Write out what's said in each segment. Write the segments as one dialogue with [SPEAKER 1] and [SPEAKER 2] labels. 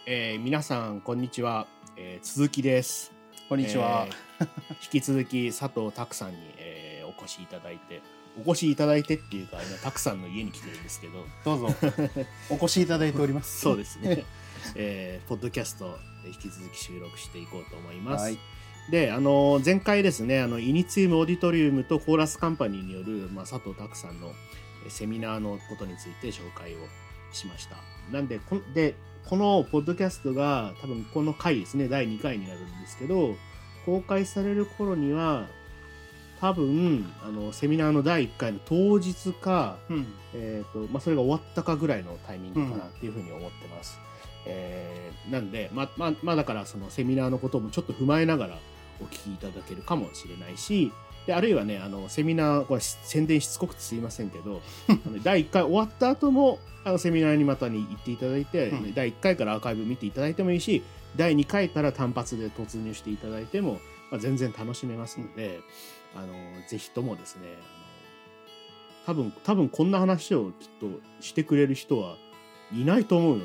[SPEAKER 1] 皆さんこんにちは、鈴木です。
[SPEAKER 2] こんにちは。
[SPEAKER 1] 引き続き佐藤拓さんに、お越しいただいてっていうか今拓さんの家に来てるんですけど
[SPEAKER 2] どうぞお越しいただいております。
[SPEAKER 1] そうですね、ポッドキャスト引き続き収録していこうと思います。はい、で前回ですねイニツィウムオーディトリウムとコーラスカンパニーによる、佐藤拓さんのセミナーのことについて紹介をしました。なんでこのポッドキャストが多分この回ですね第2回になるんですけど、公開される頃には多分セミナーの第1回の当日か、それが終わったかぐらいのタイミングかなっていうふうに思ってます。なんでだからそのセミナーのこともちょっと踏まえながらお聞きいただけるかもしれないし、であるいはねセミナーこれ宣伝しつこくてすいませんけど第1回終わった後もセミナーにまたに行っていただいて、第1回からアーカイブ見ていただいてもいいし、第2回から単発で突入していただいても、全然楽しめますので、ぜひともですね多分こんな話をきっとしてくれる人はいないと思うの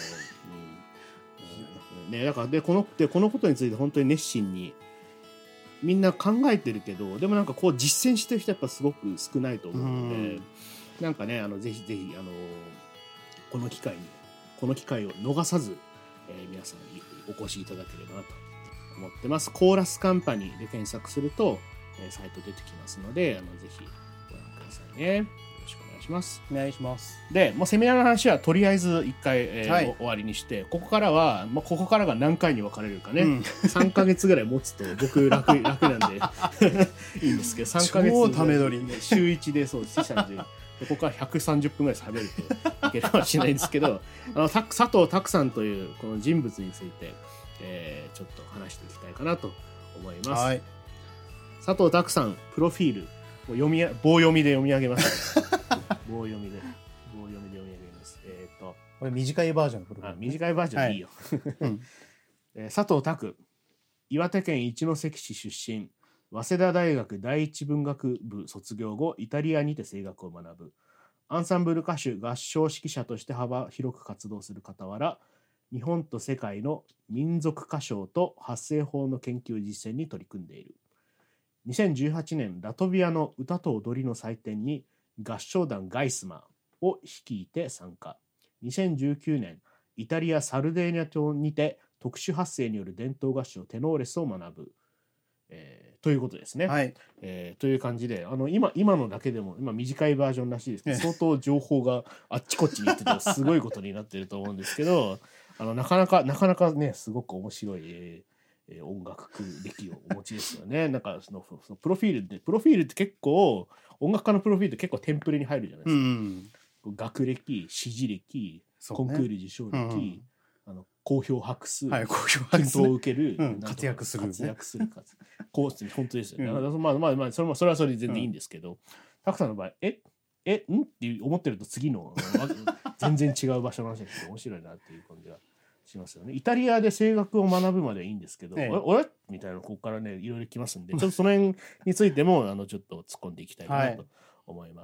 [SPEAKER 1] で、だからこのことについて本当に熱心にみんな考えてるけど、でもなんかこう実践してる人やっぱすごく少ないと思うので、なんかねぜひこの機会を逃さず、皆さんにお越しいただければなと思ってます。コーラスカンパニーで検索すると、サイト出てきますのでぜひご覧くださいね。よろしくお願いします。
[SPEAKER 2] お願いします。
[SPEAKER 1] でもうセミナーの話はとりあえず1回、終わりにして、ここからが何回に分かれるかね、3ヶ月ぐらい持つと僕楽なんでいいんですけど、3ヶ月
[SPEAKER 2] 超ため取り
[SPEAKER 1] 週1でそうしたんでここから130分ぐらい喋るといけるかもしれないんですけど佐藤拓さんというこの人物について、ちょっと話していきたいかなと思います。はい、佐藤拓さんプロフィール棒読みで読み上げます、棒読みで読み上げます。
[SPEAKER 2] これ短いバージョン
[SPEAKER 1] 短いバージョンでいいよ、佐藤拓、岩手県一関市出身、早稲田大学第一文学部卒業後イタリアにて声楽を学ぶ。アンサンブル歌手合唱指揮者として幅広く活動する傍ら、日本と世界の民族歌唱と発声法の研究実践に取り組んでいる。2018年ラトビアの歌と踊りの祭典に合唱団ガイスマを率いて参加。2019年イタリアサルデーニャ島にて特殊発声による伝統合唱テノーレスを学ぶ、ということですね。はい、という感じで今のだけでも今短いバージョンらしいですけど、相当情報があっちこっちに行っててすごいことになってると思うんですけどなかなかねすごく面白い、音楽歴をお持ちですよね。なんかそのプロフィールって結構音楽家のプロフィールって結構テンプレに入るじゃないですか。学歴、支持歴、コンクール受賞歴、好評博数、
[SPEAKER 2] 好評
[SPEAKER 1] 検討を受ける、
[SPEAKER 2] 活躍する
[SPEAKER 1] こう本当ですよね。それはそれで全然いいんですけど、たくさんの場合って思ってると次の全然違う場所の話ですけど面白いなっていう感じがしますよね。イタリアで声楽を学ぶまではいいんですけど、俺みたいなここからねいろいろ来ますんで、ちょっとその辺についてもちょっと突っ込んでいきたいなと思います。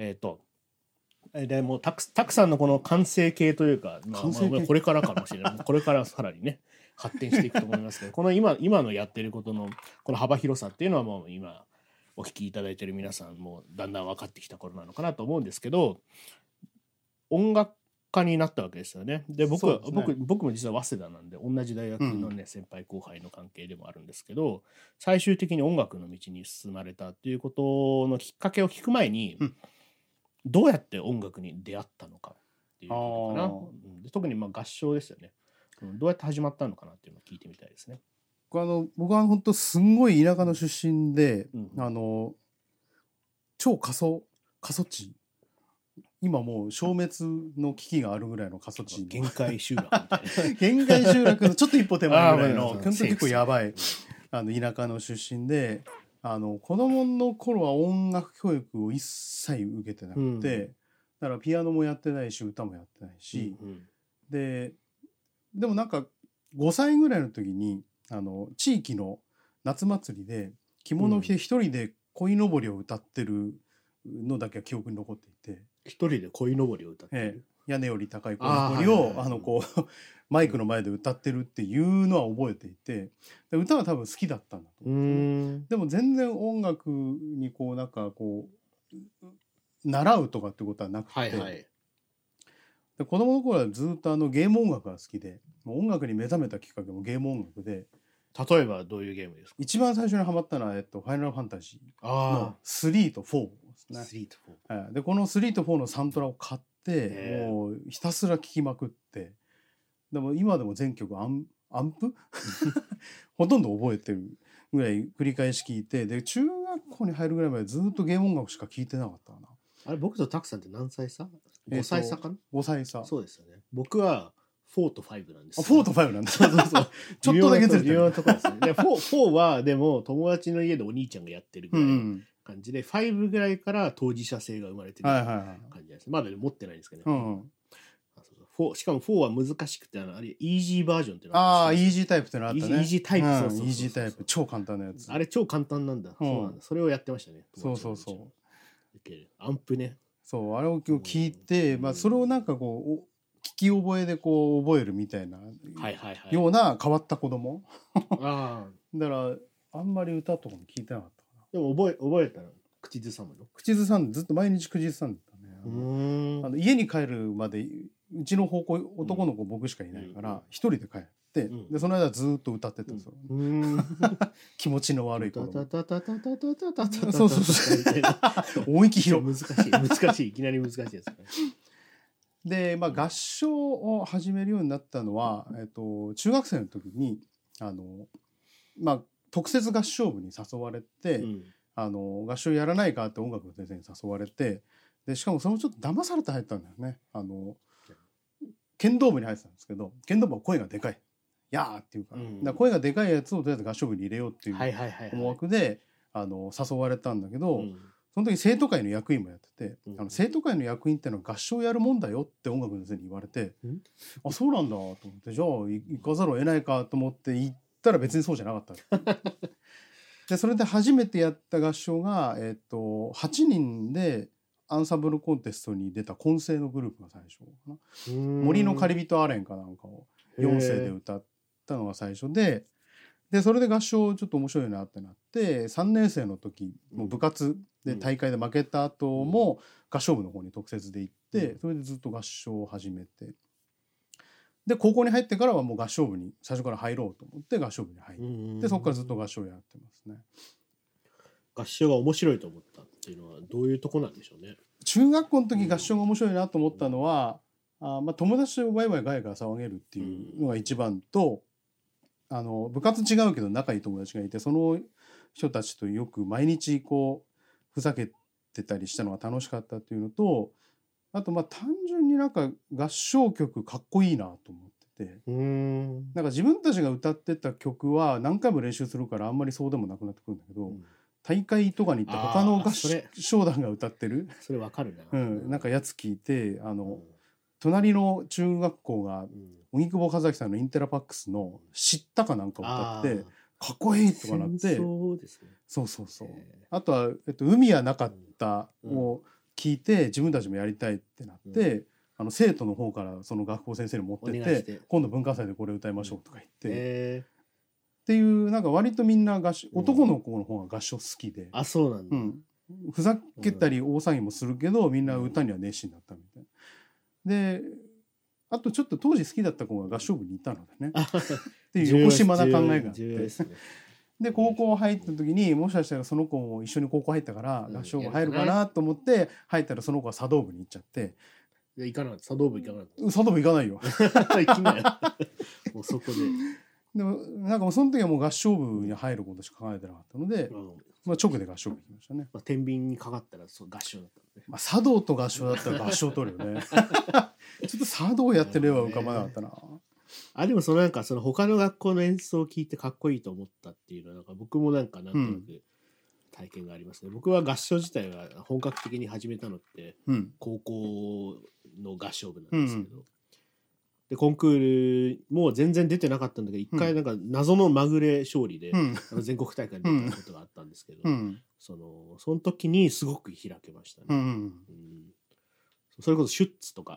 [SPEAKER 1] でもうたくさんのこの完成形というか、これからかもしれないこれからさらにね発展していくと思いますけどこの今のやってることのこの幅広さっていうのはもう今お聞きいただいている皆さんもだんだん分かってきた頃なのかなと思うんですけど、音楽家になったわけですよね。で僕も実は早稲田なんで同じ大学のね、先輩後輩の関係でもあるんですけど、最終的に音楽の道に進まれたっていうことのきっかけを聞く前に、どうやって音楽に出会ったのかっていうのかな。で特に合唱ですよね。どうやって始まったのかなっていうのを聞いてみたいですね。
[SPEAKER 2] 僕は本当すんごい田舎の出身で、超過疎地、今もう消滅の危機があるぐらいの過疎地、
[SPEAKER 1] 限界集落みたいな
[SPEAKER 2] 限界集落のちょっと一歩手前ぐらいの本当結構やばい田舎の出身で、子供の頃は音楽教育を一切受けてなくて、だからピアノもやってないし歌もやってないし、でもなんか5歳ぐらいの時に地域の夏祭りで着物を着て一人で鯉のぼりを歌ってるのだけは記憶に残っていて、
[SPEAKER 1] 一人で鯉のぼりを歌ってる、
[SPEAKER 2] 屋根より高いこいのぼりをこうマイクの前で歌ってるっていうのは覚えていて、で歌は多分好きだったんだと思うんですね。でも全然音楽にこうなんかこう習うとかってことはなくて、
[SPEAKER 1] はいはい、
[SPEAKER 2] で子供の頃はずっとゲーム音楽が好きで、もう音楽に目覚めたきっかけもゲーム音楽で、
[SPEAKER 1] 例えばどういうゲームですか？
[SPEAKER 2] 一番最初にハマったのは、ファイナルファンタジーの3と4ですね。
[SPEAKER 1] 3と4。
[SPEAKER 2] でこの3と4のサントラを買って、もうひたすら聴きまくって、でも今でも全曲アンプほとんど覚えてるぐらい繰り返し聴いて、で中学校に入るぐらいまでずっとゲーム音楽しか聴いてなかったかな。
[SPEAKER 1] あれ僕とタクさんって何歳差？5歳差かな。
[SPEAKER 2] 5歳差。
[SPEAKER 1] そうですよね。僕は4と5なんです。
[SPEAKER 2] 4と5なんだ。
[SPEAKER 1] そうそうそう。
[SPEAKER 2] ちょっとだけずれてる。
[SPEAKER 1] 微妙なところですね。で 4はでも友達の家でお兄ちゃんがやってるぐらいの感じで、5ぐらいから当事者性が生まれてる感じです。まだ持ってないんですけどね。しかも4は難しくて、あれイージーバージョンっていうの
[SPEAKER 2] があって、イージータイプってのあったね。
[SPEAKER 1] イージータイプ、そうそうそう、
[SPEAKER 2] イージータイプ超簡単なやつ。
[SPEAKER 1] あれ超簡単なんだ。そうなんだ。それをやってましたね。
[SPEAKER 2] そうそうそう。
[SPEAKER 1] アンプね。
[SPEAKER 2] そう、あれを聞いて、まあそれをなんかこう聞き覚えでこう覚えるみたいなような変わった子供。あだからあんまり歌とかも聞いてなかったか
[SPEAKER 1] な。でも覚えたら口ずさむの？
[SPEAKER 2] 口ずさんでずっと毎日口ずさんでたね。家に帰るまでうちの男の子僕しかいないから一人で帰って、でその間ずっと歌ってたんですよ。気持ちの悪い子供。そうそうそう。音域広。
[SPEAKER 1] 難しいいきなり難しいですね。
[SPEAKER 2] で、まあ、合唱を始めるようになったのは、中学生の時にまあ、特設合唱部に誘われて、合唱やらないかって音楽の先生に誘われて、でしかもそのちょっと騙されて入ったんだよね。剣道部に入ってたんですけど、剣道部は声がでかい。やーっていうか、だから声がでかいやつをとりあえず合唱部に入れようっていう思惑で誘われたんだけど、その時生徒会の役員もやってて、生徒会の役員ってのは合唱やるもんだよって音楽の先生に言われて、あ、そうなんだと思って、じゃあ行かざるを得ないかと思って行ったら別にそうじゃなかった。でそれで初めてやった合唱が、8人でアンサンブルコンテストに出た混声のグループが最初かな。森の狩人アレンかなんかを4声で歌ったのが最初で、それで合唱ちょっと面白いなってなって、3年生の時もう部活で大会で負けた後も合唱部の方に特設で行って、それでずっと合唱を始めて、で高校に入ってからはもう合唱部に最初から入ろうと思って合唱部に入って、そこからずっと合唱やってますね。
[SPEAKER 1] 合唱が面白いと思ったっていうのはどういうとこなんでしょうね。
[SPEAKER 2] 中学校の時合唱が面白いなと思ったのは、まあ、友達とワイワイガヤガヤ騒げるっていうのが一番と、部活違うけど仲いい友達がいて、その人たちとよく毎日こうふざけてたりしたのが楽しかったっていうのと、あとまあ単純になんか合唱曲かっこいいなと思ってて、なんか自分たちが歌ってた曲は何回も練習するからあんまりそうでもなくなってくるんだけど、大会とかに行って他の合唱団が歌ってる、
[SPEAKER 1] それわかるな、
[SPEAKER 2] なんかやつ聞いて、隣の中学校が荻窪和明さんのインテラパックスの知ったかなんか歌ってかっこいいとかなって、そうそうそう。あとは海はなかったを聞いて自分たちもやりたいってなって、生徒の方からその学校先生に持ってって今度文化祭でこれ歌いましょうとか言ってっていう、なんか割とみんな男の子の方が合唱好きで、
[SPEAKER 1] あ、そうなんだ、
[SPEAKER 2] ふざけたり大騒ぎもするけどみんな歌には熱心だったみたいな。であとちょっと当時好きだった子が合唱部にいたのでねっていう横島な考えがあって、で高校入った時にもしかしたらその子も一緒に高校入ったから合唱部入るかなと思って入ったらその子は茶道部に行っちゃって。
[SPEAKER 1] 行かなかった。茶道部行かなかった。
[SPEAKER 2] 茶道部行かないよ。
[SPEAKER 1] 行きなよ。もうそこで。
[SPEAKER 2] でもなんかもうその時はもう合唱部に入ることしか考えてなかったので、まあ直で合唱部行きましたね。
[SPEAKER 1] まあ、天秤にかかったらそう合唱だったので、
[SPEAKER 2] まあ茶道と合唱だったら合唱取るよね。ちょっと茶道やってれば浮かばなかったな。
[SPEAKER 1] でもなんかその他の学校の演奏を聞いてかっこいいと思ったっていうのはなんか僕もなんとなく体験がありますね。僕は合唱自体は本格的に始めたのって高校の合唱部なんですけど、でコンクールも全然出てなかったんだけど一回なんか謎のまぐれ勝利で全国大会に出たことがあったんですけど、その時にすごく開けましたね。それこそシュッツとか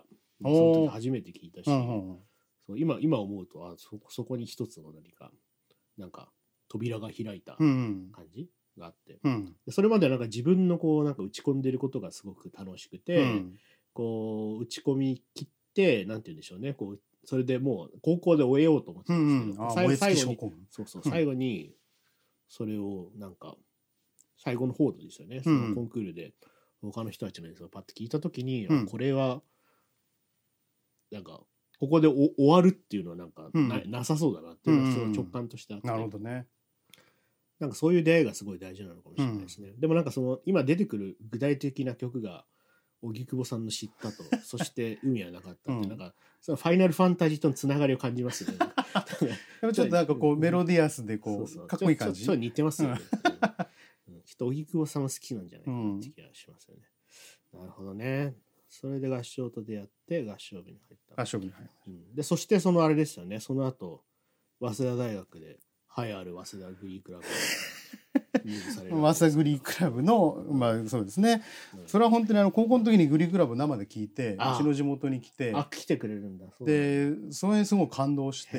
[SPEAKER 1] その時初めて聞いたし、
[SPEAKER 2] うん
[SPEAKER 1] そう今思うとそこに一つの何かなんか扉が開いた
[SPEAKER 2] うん
[SPEAKER 1] 感じがあって、
[SPEAKER 2] うん
[SPEAKER 1] でそれまではなんか自分のこうなんか打ち込んでることがすごく楽しくて、
[SPEAKER 2] うん
[SPEAKER 1] こう打ち込み切ってなんて言うんでしょうね、こうそれでもう高校で終えようと思ってたんですけど、最後に最後にそれをなんか最後の方ですよね、そのコンクールで他の人たちの演奏をパッて聞いた時に、これはなんかここで終わるっていうのはなんかなさそうだなっていうのはその直感としてあって、
[SPEAKER 2] なるほどね。
[SPEAKER 1] なんかそういう出会いがすごい大事なのかもしれないですね。でもなんかその今出てくる具体的な曲が荻窪さんの知ったとそして海はなかったって、なんかそのファイナルファンタジーとのつながりを感じますよね。
[SPEAKER 2] でもちょっとなんかこうメロディアスでこうかっこいい感じ。
[SPEAKER 1] ちょっと似てますよね。きっと荻窪さんも好きなんじゃないかなって気がしますよね。なるほどね。それで合唱と出会って合唱部に入った。
[SPEAKER 2] 合唱部に入りま
[SPEAKER 1] した。でそしてそのあれですよね。その後早稲田大学で栄えある早稲田グリークラブ
[SPEAKER 2] 早稲田グリークラブのまあそうですね、それは本当に高校の時にグリークラブ生で聞いて、うちの地元に来て
[SPEAKER 1] 来てくれるんだ。
[SPEAKER 2] でそれにすごい感動して、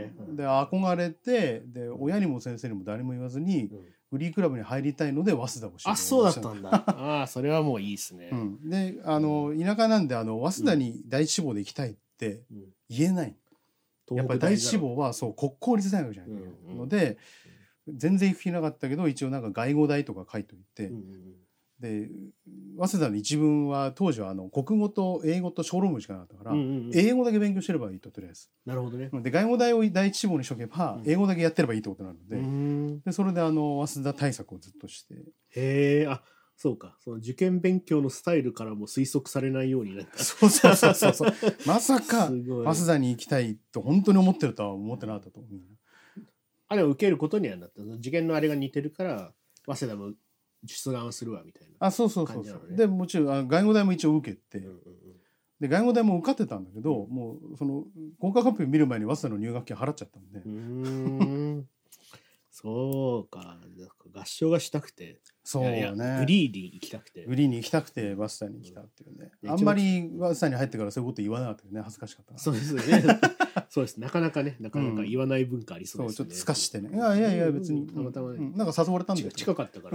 [SPEAKER 2] で憧れて、で親にも先生にも誰も言わずに、グリークラブに入りたいので早稲田を知りました。
[SPEAKER 1] そうだったんだ。それはもういいですね。
[SPEAKER 2] で田舎なんで早稲田に第一志望で行きたいって言えない、やっぱり第一志望はそう国公立大学じゃないので、全然行く気なかったけど一応なんか外語大とか書いといて、で早稲田の一文は当時は国語と英語と小論文しかなかったから、英語だけ勉強してればいいと、とりあえず。
[SPEAKER 1] なるほどね。
[SPEAKER 2] で外語大を第一志望にしとけば、英語だけやってればいいってことなので、でそれで早稲田対策をずっとして。
[SPEAKER 1] へえ、そうか、その受験勉強のスタイルからも推測されないようになった。
[SPEAKER 2] そうまさか早稲田に行きたいと本当に思ってるとは思ってなかったと思う。
[SPEAKER 1] あれを受けることにはなった。受験のあれが似てるから早稲田も出願するわみたいな。
[SPEAKER 2] そうでもちろん外語大も一応受けて、で外語大も受かってたんだけど、もうその合格発表見る前に早稲田の入学金払っちゃったんで。
[SPEAKER 1] そうか、合唱がしたくて、
[SPEAKER 2] そうね、
[SPEAKER 1] グリーに行きたくて、
[SPEAKER 2] 早稲田に来たっていうね。あんまり早稲田に入ってからそういうこと言わなかったよね。恥ずかしかった。
[SPEAKER 1] そうですね。そうです。なかなか言わない文化ありそうですね。
[SPEAKER 2] ちょっとすかしてね。いや別にたまたまね。なんか誘われたんだよ。
[SPEAKER 1] 近かったから。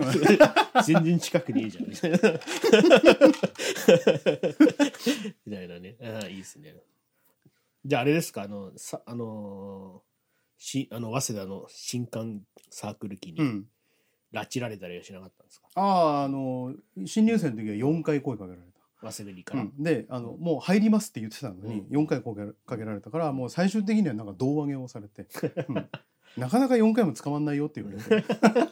[SPEAKER 1] 全然近くねえじゃんみたいな。みたいなね。いいですね。じゃああれですか、早稲田の新歓サークル期に拉致られたりはしなかったんですか？
[SPEAKER 2] 新入生の時は4回声かけられた。
[SPEAKER 1] 早稲田から。
[SPEAKER 2] でもう入りますって言ってたのに、4回声かけられたから、もう最終的にはなんか胴上げをされて、なかなか4回も捕まんないよって言われて。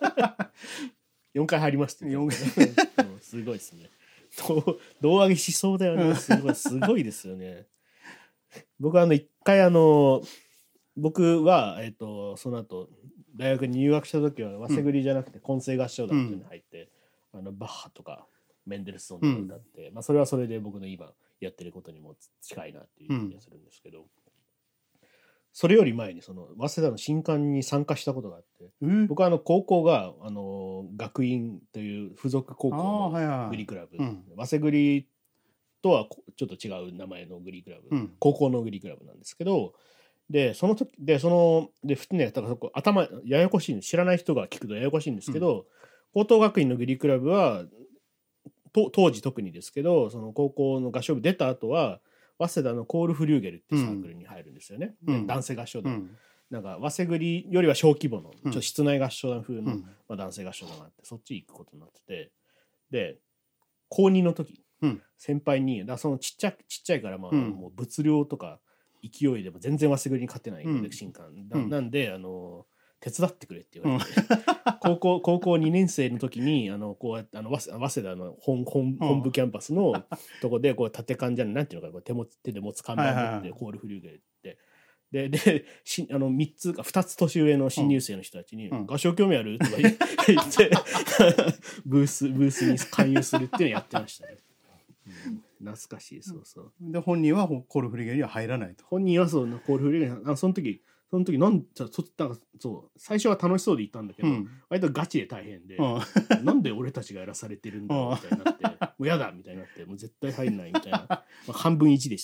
[SPEAKER 1] 4回入りますって言って。すごいですね。胴上げしそうだよね。すごいですよね。僕は一回僕はその後大学に入学した時は早稲栗じゃなくて混声合唱団っていうのに入って、バッハとかメンデルスゾンとか歌って、それはそれで僕の今やってることにも近いなっていう気がするんですけど、それより前にその早稲田の新歓に参加したことがあって、僕は高校が学院という附属高校のグリクラブ、早稲栗とはちょっと違う名前のグリクラブ、高校のグリクラブなんですけど、でその時で普通ね、だからそこ頭ややこしいんです。知らない人が聞くとややこしいんですけど、高等学院のグリクラブは当時特にですけど、その高校の合唱部出た後は早稲田のコールフリューゲルっていうサークルに入るんですよね。男性合唱団、なんか早稲栗よりは小規模のちょっと室内合唱団風の、男性合唱団があって、そっち行くことになってて、で高2の時、先輩にそのちっちゃいからもう物量とか勢いでも全然早稲栗に勝てないので、新歓なんで手伝ってくれって言われて、高校2年生の時にこうやって早稲田の本部キャンパスのとこでこう縦看じゃなんていうのかな、手で持つ看板持ってコールフリューゲルってで3つか2つ年上の新入生の人たちに「合唱興味ある?」とか言ってブースに勧誘するっていうのをやってましたね。懐かしい。
[SPEAKER 2] で本人はコールフリューゲルには入らないと。
[SPEAKER 1] 本人はコールフリューゲルにその時なんかそう最初は楽しそうで行ったんだけど、割とガチで大変で、なんで俺たちがやらされてるんだろうみたいになって、もうやだみたいになって、もう絶対入んないみたいな、半分1でしたけどね。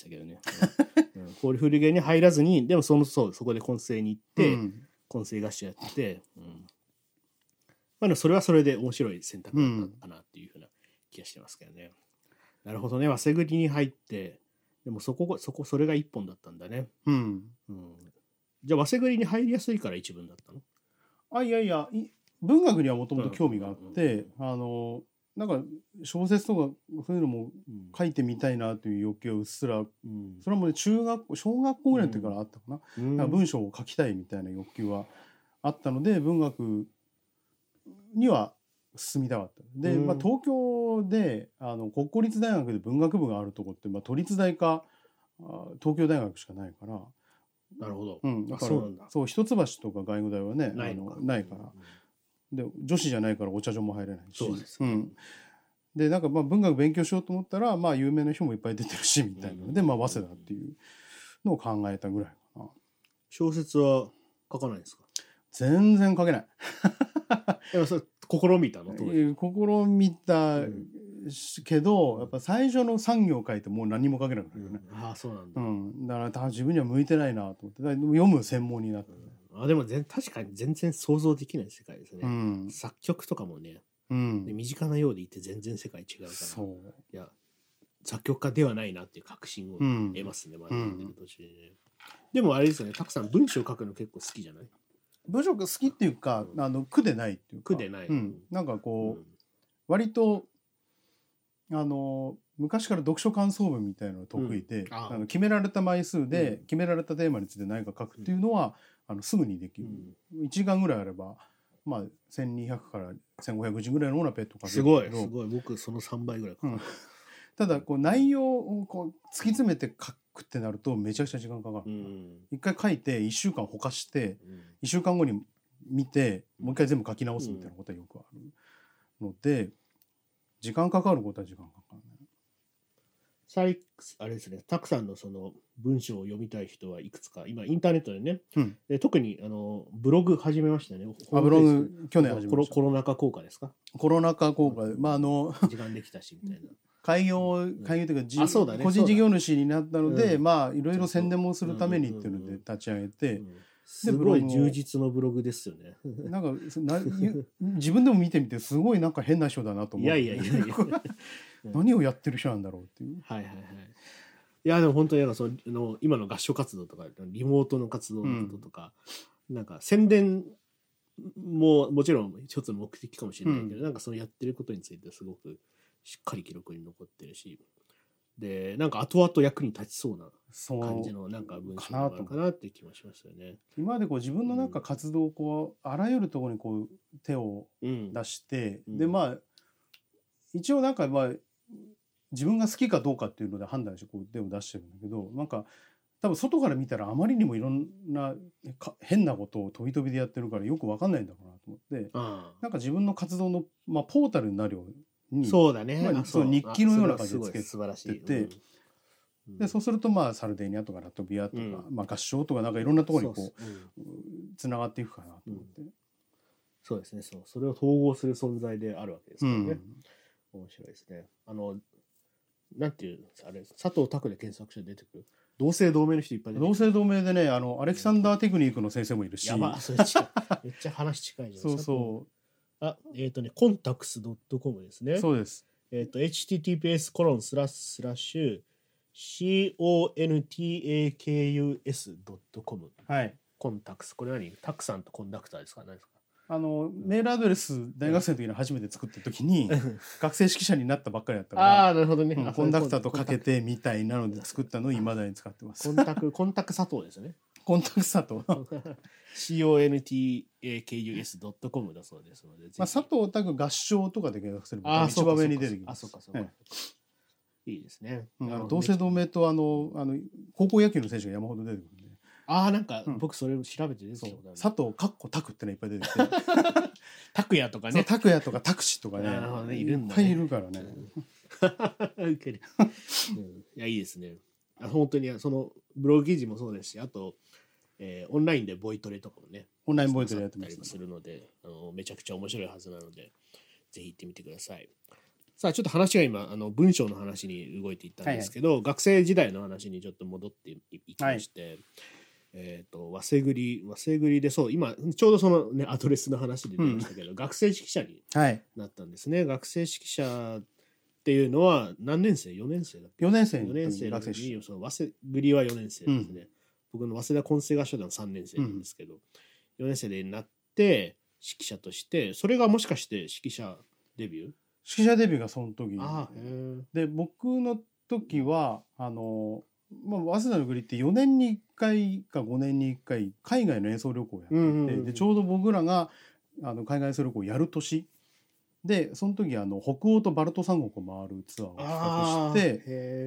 [SPEAKER 1] こういう古着屋に入らずにでもそこで混成に行って、
[SPEAKER 2] うん
[SPEAKER 1] 混成合唱やって、まあでもそれはそれで面白い選択だったのかなっていうふうな気がしてますけどね。なるほどね。早稲栗に入ってでもそれが一本だったんだね。じゃあ早稲栗に入りやすいから一文だったの？
[SPEAKER 2] いや文学にはもともと興味があって、なんか小説とかそういうのも書いてみたいなという欲求はうっすら、それはもう小学校ぐらいの時からあったかな。なんか文章を書きたいみたいな欲求はあったので文学には進みたかった。で、東京で国公立大学で文学部があるとこって、都立大か東京大学しかないから。
[SPEAKER 1] なるほど。
[SPEAKER 2] だからそう一橋とか外語大はねないから。で女子じゃないからお茶所も入れないし。
[SPEAKER 1] そうですね。
[SPEAKER 2] でなんか文学勉強しようと思ったら有名な人もいっぱい出てるしみたいなので、早稲田っていうのを考えたぐらいかな。
[SPEAKER 1] 小説は書かないですか？
[SPEAKER 2] 全然書けない。
[SPEAKER 1] でもそれ試みたの？
[SPEAKER 2] 試みたけど、やっぱ最初の3行書いてもう何も書けなくなるよね。
[SPEAKER 1] そうなんだ。
[SPEAKER 2] だから自分には向いてないなと思って読む専門になって。
[SPEAKER 1] でも確かに全然想像できない世界ですね。作曲とかもね、身近なようでいて全然世界違うから、いや作曲家ではないなっていう確信を得ますね。まだ読んでる途中でね。でもあれですよね、たくさん文章書くの結構好きじゃない？
[SPEAKER 2] 文章が好きっていうか、苦でないっていうか。
[SPEAKER 1] 苦でない。
[SPEAKER 2] なんかこう、割と昔から読書感想文みたいなのが得意で、決められた枚数で決められたテーマについて何か書くっていうのはすぐにできる。1時間ぐらいあれば1200から1500字ぐらいのものはペット書けるけど。
[SPEAKER 1] すごい僕その3倍ぐらいかかる。
[SPEAKER 2] ただ内容を突き詰めて書くってなるとめちゃくちゃ時間かかる。一回書いて1週間ほかして1週間後に見てもう一回全部書き直すみたいなことはよくあるので、時間かかることは時間かかるね。
[SPEAKER 1] あれですね、たくさんのその文章を読みたい人はいくつか今インターネットでね、で特にブログ始めましたね。
[SPEAKER 2] ブログ去年始めました。
[SPEAKER 1] コロナ禍効果ですか？
[SPEAKER 2] コロナ禍効果で
[SPEAKER 1] 時間できたしみたいな。
[SPEAKER 2] 開業というか個人事業主になったので、いろいろ宣伝もするためにっていうので立ち上げて、
[SPEAKER 1] すごい充実のブログですよね。
[SPEAKER 2] なんか自分でも見てみてすごいなんか変な人だなと思う。
[SPEAKER 1] いや
[SPEAKER 2] 何をやってる人なんだろうっていう。
[SPEAKER 1] いやでも本当にその今の合唱活動とかリモートの活動のこととか、なんか宣伝ももちろん一つの目的かもしれないけど、なんかそのやってることについてすごくしっかり記録に残ってるし、でなんか後々役に立ちそうな感じのなんか文章があるかなっていう気もしますよね。
[SPEAKER 2] 今まで自分のなんか活動をあらゆるところに手を出して、で一応なんか自分が好きかどうかっていうので判断して手を出してるんだけど、なんか多分外から見たらあまりにもいろんな変なことを飛び飛びでやってるからよく分かんないんだろうなと思って、なんか自分の活動のポータルになるように、
[SPEAKER 1] そうだね、
[SPEAKER 2] その日記のような感じでつけてて、でそうするとサルデーニャとかラトビアとか、合唱とかなんかいろんなところにつながっていくかなと思って。
[SPEAKER 1] そうですね、それを統合する存在であるわけですからね。面白いですね。なんていうあれ、佐藤拓で検索して出てくる同姓同名の人いっぱい出てくる。
[SPEAKER 2] 同姓同名でね、アレキサンダーテクニックの先生もいるし。
[SPEAKER 1] やば、それ近い。めっちゃ話近いじゃん。
[SPEAKER 2] そう
[SPEAKER 1] コンタクス .com ですね。
[SPEAKER 2] そうです。
[SPEAKER 1] https://contakus.com。
[SPEAKER 2] はい。
[SPEAKER 1] コンタクス。これ何？タクさんとコンダクターですか？何ですか？
[SPEAKER 2] メールアドレス大学生の時に初めて作った時に学生指揮者になったばっかりだったから
[SPEAKER 1] なるほどね、
[SPEAKER 2] コンダクターとかけてみたいなので作ったのをいまだに使ってます。
[SPEAKER 1] コンタク佐藤ですね。
[SPEAKER 2] コンタク佐藤
[SPEAKER 1] contakus.com だそうですので、
[SPEAKER 2] 佐藤拓合唱とかで検索すれば一番上に出てきます。
[SPEAKER 1] いいですね。
[SPEAKER 2] 同姓同名と高校野球の選手が山ほど出てくるんで。
[SPEAKER 1] なんか僕それを調べて出てきたことある。
[SPEAKER 2] 佐藤かっこ拓ってのいっぱい出てきて
[SPEAKER 1] 拓也とかね、
[SPEAKER 2] 拓也とか拓司とかね、いっぱいいるからね。
[SPEAKER 1] ウケる。いやいいですね。本当にそのブログ記事もそうですし、あとオンラインでボイトレとかもね、
[SPEAKER 2] オンラインボイトレやって
[SPEAKER 1] まするので、めちゃくちゃ面白いはずなのでぜひ行ってみてください。 さあちょっと話が今文章の話に動いていったんですけど、学生時代の話にちょっと戻っていきまして、早生栗で、そう今ちょうどそのねアドレスの話で出ましたけど、学生指揮者になったんですね。学生指揮者っていうのは何年生？4年生だっけ？
[SPEAKER 2] 4年生
[SPEAKER 1] 4年生の時にその早生栗は4年生ですね。僕の早稲田混声合唱団3年生なんですけど、4年生でなって指揮者として、それがもしかして指揮者デビュー？
[SPEAKER 2] 指揮者デビューがその時で、僕の時は早稲田の栗って4年に1回か5年に1回海外の演奏旅行をやっていて、でちょうど僕らが海外演奏旅行をやる年で、その時北欧とバルト三国を回るツアーを企画して、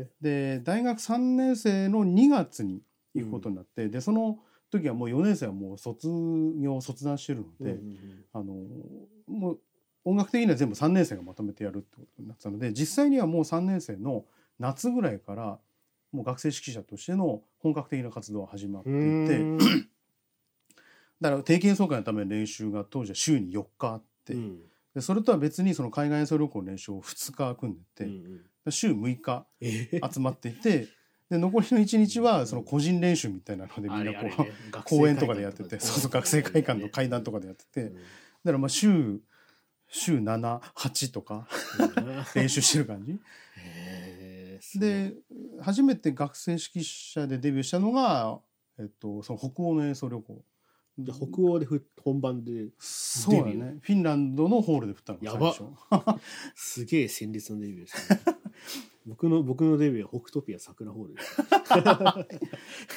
[SPEAKER 2] で大学3年生の2月に行くことになって、でその時はもう4年生はもう卒団してるので、もう音楽的には全部3年生がまとめてやるってことになってたので、実際にはもう3年生の夏ぐらいからもう学生指揮者としての本格的な活動が始まっていてだから定期演奏会のための練習が当時は週に4日あって、でそれとは別にその海外演奏旅行の練習を2日組んでて、週6日集まっていて、で残りの1日はその個人練習みたいなのでみんなこう公園とかでやってて、学生会館の階段とかでやってて、だからまあ週7、8とか練習してる感じで、初めて学生指揮者でデビューしたのが、その北欧の演奏旅行
[SPEAKER 1] で、北欧で本番でデビュー。
[SPEAKER 2] そうだね、フィンランドのホールで振ったのが最初。
[SPEAKER 1] やばすげえ戦慄のデビューですね。僕のデビューは北トピア桜ホールです。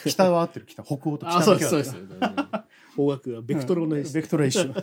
[SPEAKER 2] 北は合ってる、北欧と北だけは。
[SPEAKER 1] そうです方角はベクトルのです。
[SPEAKER 2] ベクトルは一緒。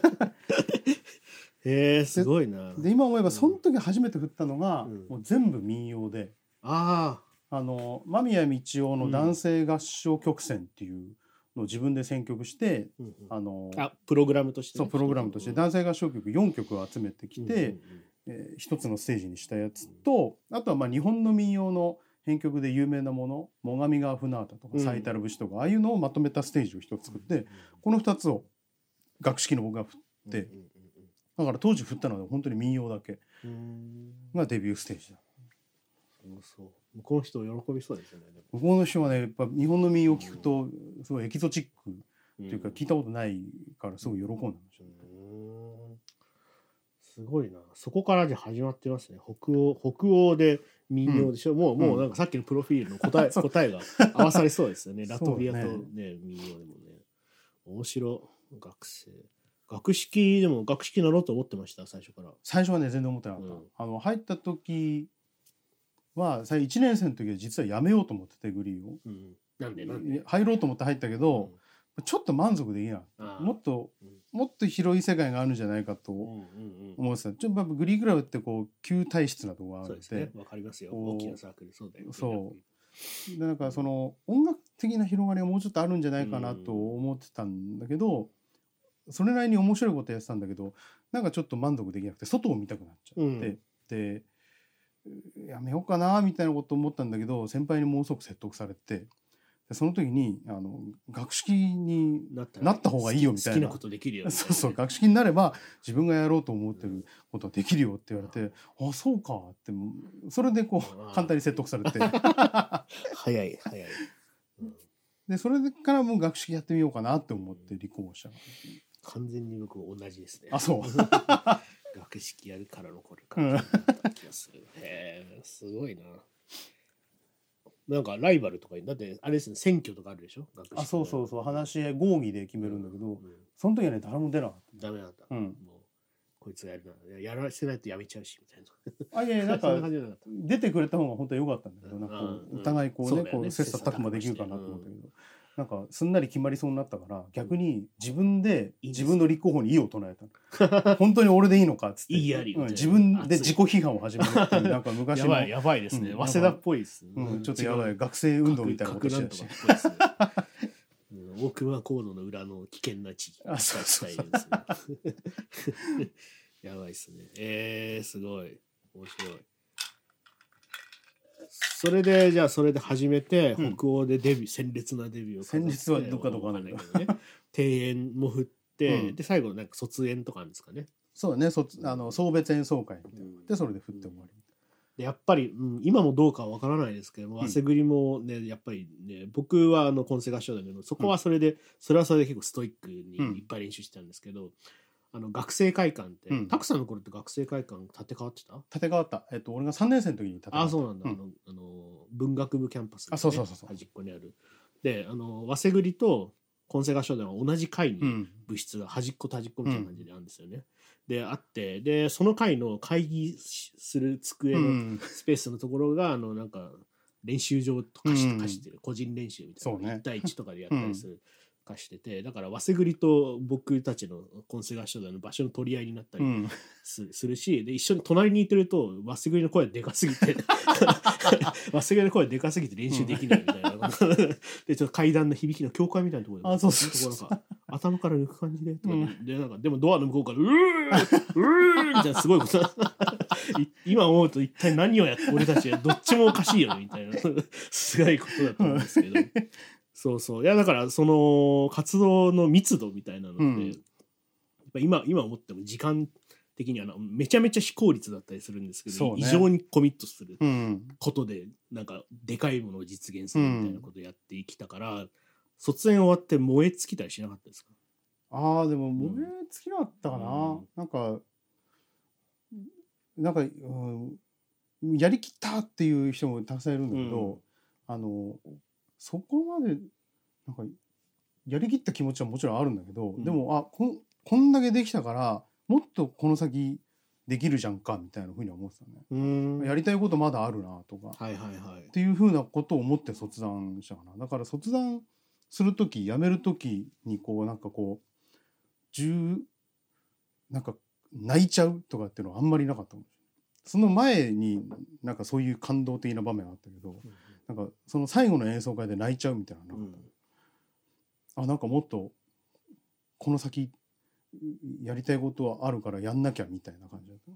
[SPEAKER 1] すごいな。
[SPEAKER 2] で今思えばその時初めて振ったのが、もう全部民謡で、間宮道夫の男性合唱曲線っていうのを自分で選曲して、
[SPEAKER 1] プログラムとして、
[SPEAKER 2] そうプログラムとして男性合唱曲4曲を集めてきて、一つのステージにしたやつと、あとはまあ日本の民謡の編曲で有名なもの、最上川船歌とか最たる節とか、ああいうのをまとめたステージを一つ作って、この2つを学識の僕が振って、だから当時振ったのは本当に民謡だけがデビューステージだ。
[SPEAKER 1] そう向こうの人喜びそうですよね。
[SPEAKER 2] 向こうの人はね、やっぱ日本の民謡を聞くとすごいエキゾチックっていうか、聞いたことないからすごい喜んでましたね。
[SPEAKER 1] すごいな。そこからじゃ始まってますね。北欧で民謡でしょ。もうなんかさっきのプロフィールの答えが合わされそうですよね。ラトビアとね民謡でもね。面白学識乗ろうと思ってました。最初から。
[SPEAKER 2] 最初はね全然思ってなかった。入った時は1年生の時は実はやめようと思ってて、グリーを。
[SPEAKER 1] なんで
[SPEAKER 2] 入ろうと思って入ったけど、ちょっと満足できなかった。もっと広い世界があるんじゃないかと思ってた。ちょっとグリークラブってこう旧体質なところがあるので、
[SPEAKER 1] わかりますよ。大きなサークルそうだよ。
[SPEAKER 2] そうでなんかその音楽的な広がりがもうちょっとあるんじゃないかなと思ってたんだけど、それなりに面白いことやってたんだけど、なんかちょっと満足できなくて外を見たくなっちゃって、でやめようかなみたいなこと思ったんだけど、先輩にものすごく説得されて、その時に学識になった方がいいよみたいな、
[SPEAKER 1] 好きなことできるよみたいな、
[SPEAKER 2] そう学識になれば自分がやろうと思ってることはできるよって言われて、あそうかって、それでこう簡単に説得されて
[SPEAKER 1] 早い、
[SPEAKER 2] でそれからもう学識やってみようかなって思って立候補した。
[SPEAKER 1] 完全に僕同じですね。
[SPEAKER 2] あそう
[SPEAKER 1] 学識やるからのこれから気がする。すごいな。なんかライバルとかだってあれですね、選挙とかあるでしょ。
[SPEAKER 2] そう話し合い合議で決めるんだけど、その時はね誰も出なかった。
[SPEAKER 1] ダメなんだ。もうこいつがやるな、やらせないとやめちゃうしみたいな。
[SPEAKER 2] いやなんか出てくれた方が本当は良かったんだけど、なんかお互いこうねこう切磋琢磨できるかなと思ったけど、なんかすんなり決まりそうになったから、逆に自分で自分の立候補に異を唱えた。本当に俺でいいのかっつって、自分で自己批判を始めるっていう、なんか昔の
[SPEAKER 1] やばいですね。早稲田っぽいですね。
[SPEAKER 2] ちょっとやばい学生運動みたいなことしてたし。
[SPEAKER 1] 大熊コードの裏の危険な地域。やばいですね。すごい面白い。それで始めて、北欧でデビュー、鮮烈なデビューを
[SPEAKER 2] 鮮烈はどっかわかんないけどね。
[SPEAKER 1] 庭園も振って、で最後なんか卒園とかあるんですかね。
[SPEAKER 2] そうね、送別演奏会みたいなでそれで振って終わり。
[SPEAKER 1] でやっぱり、今もどうかは分からないですけど、早繰りもねやっぱりね、僕は混声合唱だけど、そこはそれで、それはそれで結構ストイックにいっぱい練習してたんですけど、学生会館って、たくさんの頃って学生会館建て替わってた？
[SPEAKER 2] 建て替わった。俺が3年生の時に建て替わった。
[SPEAKER 1] あ、そうなんだ。文学部キャンパス、ね、
[SPEAKER 2] そう
[SPEAKER 1] 端っこにある。で早繰りと混声合唱団は同じ階に部室が端っこと端っこみたいな感じであるんですよね。であって、でその階の会議する机のスペースのところがなんか練習場とかしてる、個人練習みたいな、1対1とかでやったりする、化してて、だから早繰りと僕たちの混声合唱団の場所の取り合いになったりするし、で一緒に隣にいてると早繰りの声でかすぎて早繰りの声でかすぎて練習できないみたいな、でちょっと階段の響きの教会みたいなところで、そう頭から抜く感じでとかで、なんかでもドアの向こうからうーみたいなすごいこと今思うと一体何をやって俺たちはどっちもおかしいよねみたいなすごいことだと思うんですけどそういやだからその活動の密度みたいなのって、やっぱ今思っても時間的にはめちゃめちゃ非効率だったりするんですけど、異常にコミットすることでなんかでかいものを実現するみたいなことをやってきたから、卒園終わって燃え尽きたりしなかったですか？
[SPEAKER 2] でも燃え尽きなかったかな、なんか、やりきったっていう人もたくさんいるんだけど、そこまでなんかやりきった気持ちはもちろんあるんだけど、でもこんだけできたからもっとこの先できるじゃんかみたいなふうに思ってたね。やりたいことまだあるなとか、っていうふうなことを思って卒団したかな。だから卒団する時辞める時になんか泣いちゃうとかっていうのはあんまりなかったかもしれない。その前になんかそういう感動的な場面があったけど、なんかその最後の演奏会で泣いちゃうみたいなのなかった。なんかもっとこの先やりたいことはあるからやんなきゃみたいな感じだった。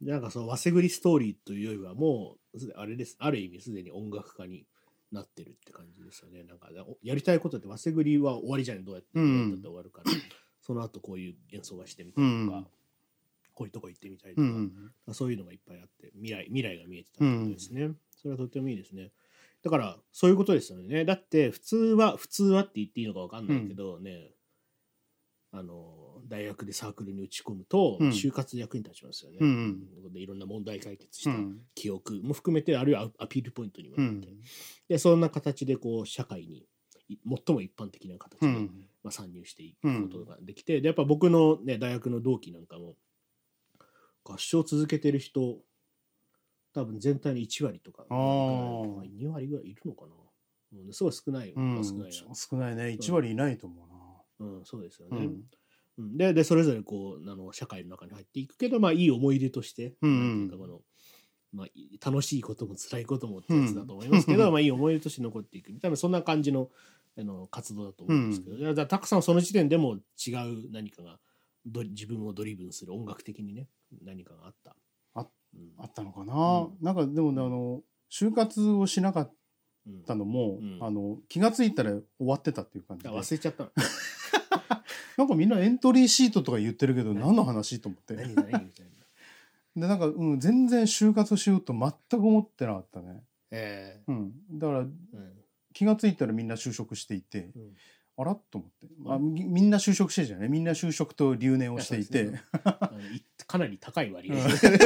[SPEAKER 1] なんかその早繰りストーリーというよりはもうあれです、ある意味すでに音楽家になってるって感じですよね。なんかやりたいことって早繰りは終わりじゃない、どうやって終わるから、その後こういう演奏がしてみたりとか、こういうとこ行ってみたりとか、そういうのがいっぱいあって未来が見えてたってことですね。それはとてもいいですね。だからそういうことですよね。だって普通はって言っていいのか分かんないけどね、大学でサークルに打ち込むと就活役に立ちますよね。でいろんな問題解決した記憶も含めて、あるいはアピールポイントにもなって、でそんな形でこう社会に最も一般的な形で、参入していくことができて、でやっぱ僕の、ね、大学の同期なんかも合唱続けてる人多分全体の1割とか2割ぐらいいるのかな、すごい少ない、
[SPEAKER 2] 少ないね。1割いないと思うな。
[SPEAKER 1] そうですよね。でそれぞれこう社会の中に入っていくけど、いい思い出として、なんていうか楽しいことも辛いこともってやつだと思いますけど、いい思い出として残っていくみたいな、そんな感じの活動だと思うんですけど、だからたくさんその時点でも違う何かが自分をドリブンする音楽的にね何かがあ
[SPEAKER 2] ったのかな。なんかでも就活をしなかったのも、気がついたら終わってたっていう感じで
[SPEAKER 1] 忘れちゃったの
[SPEAKER 2] なんかみんなエントリーシートとか言ってるけど何の話と思って
[SPEAKER 1] 何みたいな
[SPEAKER 2] でなんか、全然就活しようと全く思ってなかったね。だから、気がついたらみんな就職していて、あらと思って、みんな就職してるじゃない、みんな就職と留年をしていて、
[SPEAKER 1] かなり高い割合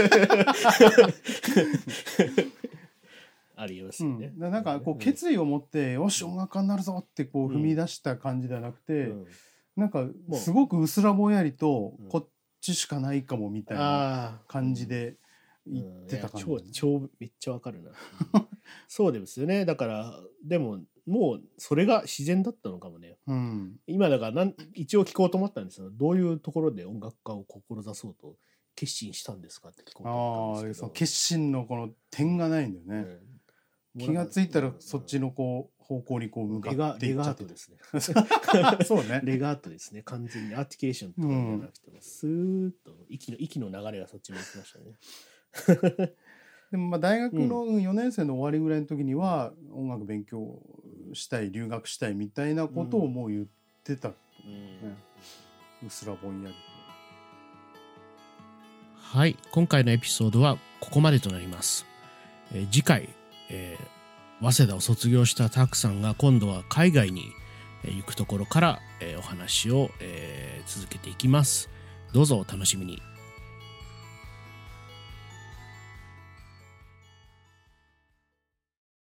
[SPEAKER 1] ありますよね。
[SPEAKER 2] なんかこう決意を持ってよし音楽家になるぞってこう踏み出した感じではなくて、なんかすごくうすらぼんやりとこっちしかないかもみたいな感じで言ってた感じ。
[SPEAKER 1] めっちゃわかるなそうですよね。だからでももうそれが自然だったのかもね。今だから一応聞こうと思ったんですよ。どういうところで音楽家を志そうと決心したんですかって聞こうと思ったんですけど、
[SPEAKER 2] その決心のこの点がないんだよね。気がついたらそっちのこう方向にこう向かっていっちゃって
[SPEAKER 1] ですね
[SPEAKER 2] そうね、
[SPEAKER 1] レガートですね。完全にアーティケーションとかじゃなくても、スーッと息の流れがそっちに行きましたね
[SPEAKER 2] でも大学の4年生の終わりぐらいの時には音楽勉強したい、留学したいみたいなことをもう言ってた、うすらぼんやりと。
[SPEAKER 1] はい、今回のエピソードはここまでとなります。次回、早稲田を卒業したタクさんが今度は海外に行くところから、お話を、続けていきます。どうぞお楽しみに。